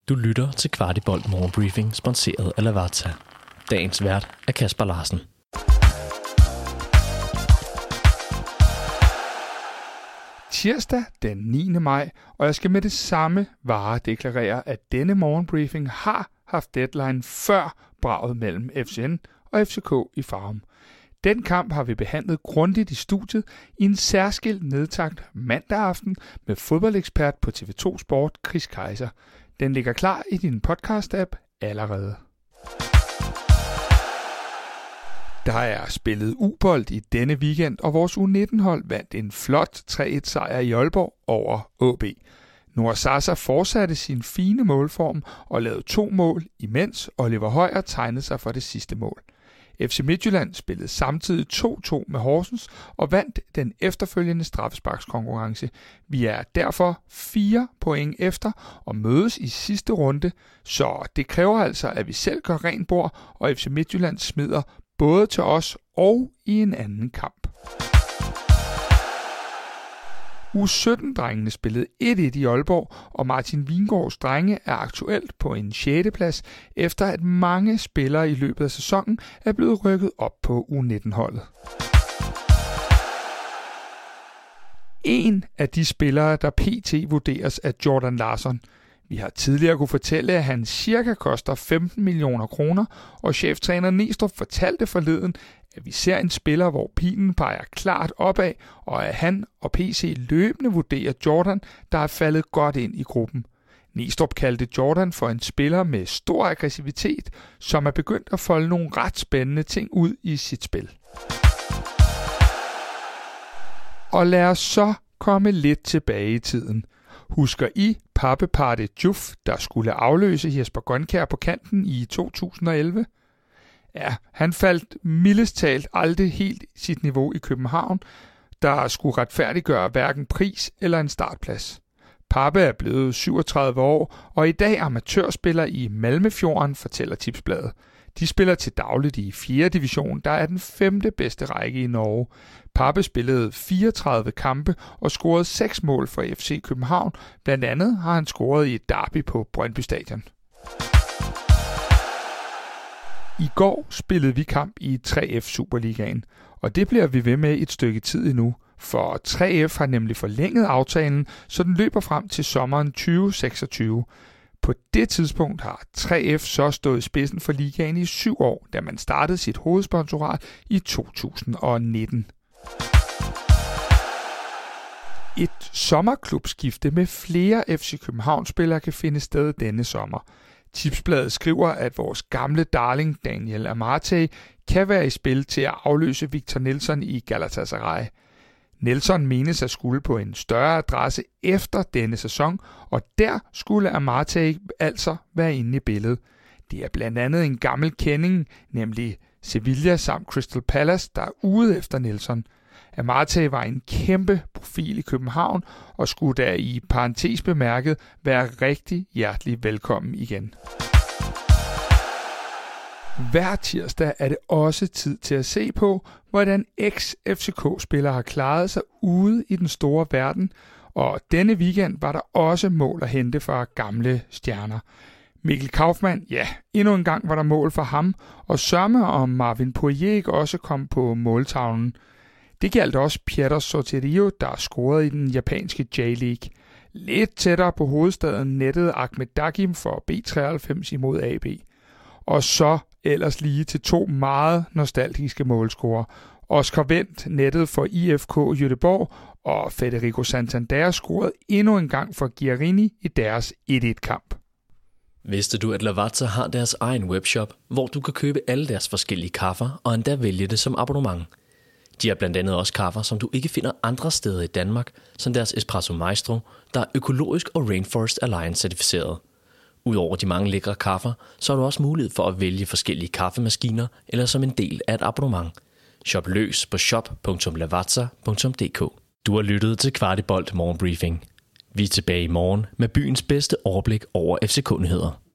Du lytter til Kvartibolt Morgenbriefing, sponsoreret af Lavazza. Dagens vært er Kasper Larsen. Tirsdag den 9. maj, og jeg skal med det samme varedeklarere, at denne morgenbriefing har haft deadline før braget mellem FCN og FCK i Farum. Den kamp har vi behandlet grundigt i studiet i en særskilt nedtakt mandag aften med fodboldekspert på TV2 Sport, Chris Kaiser. Den ligger klar i din podcast-app allerede. Der er spillet U-bold i denne weekend, og vores U19-hold vandt en flot 3-1-sejr i Aalborg over AaB. Noah Sasa fortsatte sin fine målform og lavede 2 mål, imens Oliver Højer tegnede sig for det sidste mål. FC Midtjylland spillede samtidig 2-2 med Horsens og vandt den efterfølgende straffesparkskonkurrence. Vi er derfor 4 point efter og mødes i sidste runde, så det kræver altså, at vi selv gør rent bord, og FC Midtjylland smider både til os og i en anden kamp. U17-drengene spillede 1-1 i Aalborg, og Martin Vingårds drenge er aktuelt på en 6. plads, efter at mange spillere i løbet af sæsonen er blevet rykket op på U19-holdet. En af de spillere, der pt. Vurderes af Jordan Larsson. Vi har tidligere kunne fortælle, at han cirka koster 15 millioner kroner, og cheftræner Næstrup fortalte forleden, at vi ser en spiller, hvor pilen peger klart opad, og at han og PC løbende vurderer Jordan, der er faldet godt ind i gruppen. Næstrup kaldte Jordan for en spiller med stor aggressivitet, som er begyndt at folde nogle ret spændende ting ud i sit spil. Og lad os så komme lidt tilbage i tiden. Husker I Pape Diouf, der skulle afløse Jesper Grønkjær på kanten i 2011? Ja, han faldt mildest talt aldrig helt sit niveau i København, der skulle retfærdiggøre hverken pris eller en startplads. Pape er blevet 37 år, og i dag amatørspiller i Malmefjorden, fortæller Tipsbladet. De spiller til dagligt i 4. division, der er den 5. bedste række i Norge. Pape spillede 34 kampe og scorede 6 mål for FC København. Blandt andet har han scoret i et derby på Brøndby Stadion. I går spillede vi kamp i 3F Superligaen, og det bliver vi ved med et stykke tid endnu, for 3F har nemlig forlænget aftalen, så den løber frem til sommeren 2026. På det tidspunkt har 3F så stået i spidsen for ligaen i 7 år, da man startede sit hovedsponsorat i 2019. Et sommerklubskifte med flere FC København-spillere kan finde sted denne sommer. Tipsbladet skriver, at vores gamle darling Daniel Amartey kan være i spil til at afløse Victor Nelsson i Galatasaray. Nelsson menes at skulle på en større adresse efter denne sæson, og der skulle Amartey altså være inde i billedet. Det er blandt andet en gammel kending, nemlig Sevilla samt Crystal Palace, der er ude efter Nelsson. Amartey var en kæmpe profil i København og skulle der i parentes bemærket være rigtig hjertelig velkommen igen. Hver tirsdag er det også tid til at se på, hvordan ex-FCK-spillere har klaret sig ude i den store verden, og denne weekend var der også mål at hente fra gamle stjerner. Mikkel Kaufmann, ja, endnu en gang var der mål for ham, og sørme om Marvin Poirier også kom på måltavlen. Det gjaldt også Piotr Soterio, der scorede i den japanske J-League. Lidt tættere på hovedstaden nettede Ahmed Dagim for B93 imod AB. Og så ellers lige til 2 meget nostalgiske målscorer. Oscar Wendt nettede for IFK Göteborg, og Federico Santander scorede endnu en gang for Giarini i deres 1-1-kamp. Vidste du, at Lavazza har deres egen webshop, hvor du kan købe alle deres forskellige kaffer og endda vælge det som abonnement? De har blandt andet også kaffer, som du ikke finder andre steder i Danmark, som deres Espresso Maestro, der er økologisk og Rainforest Alliance certificeret. Udover de mange lækre kaffer, så har du også mulighed for at vælge forskellige kaffemaskiner eller som en del af et abonnement. Shop løs på shop.lavazza.dk. Du har lyttet til Kvartibolt Morgenbriefing. Vi er tilbage i morgen med byens bedste overblik over FCK-nyheder.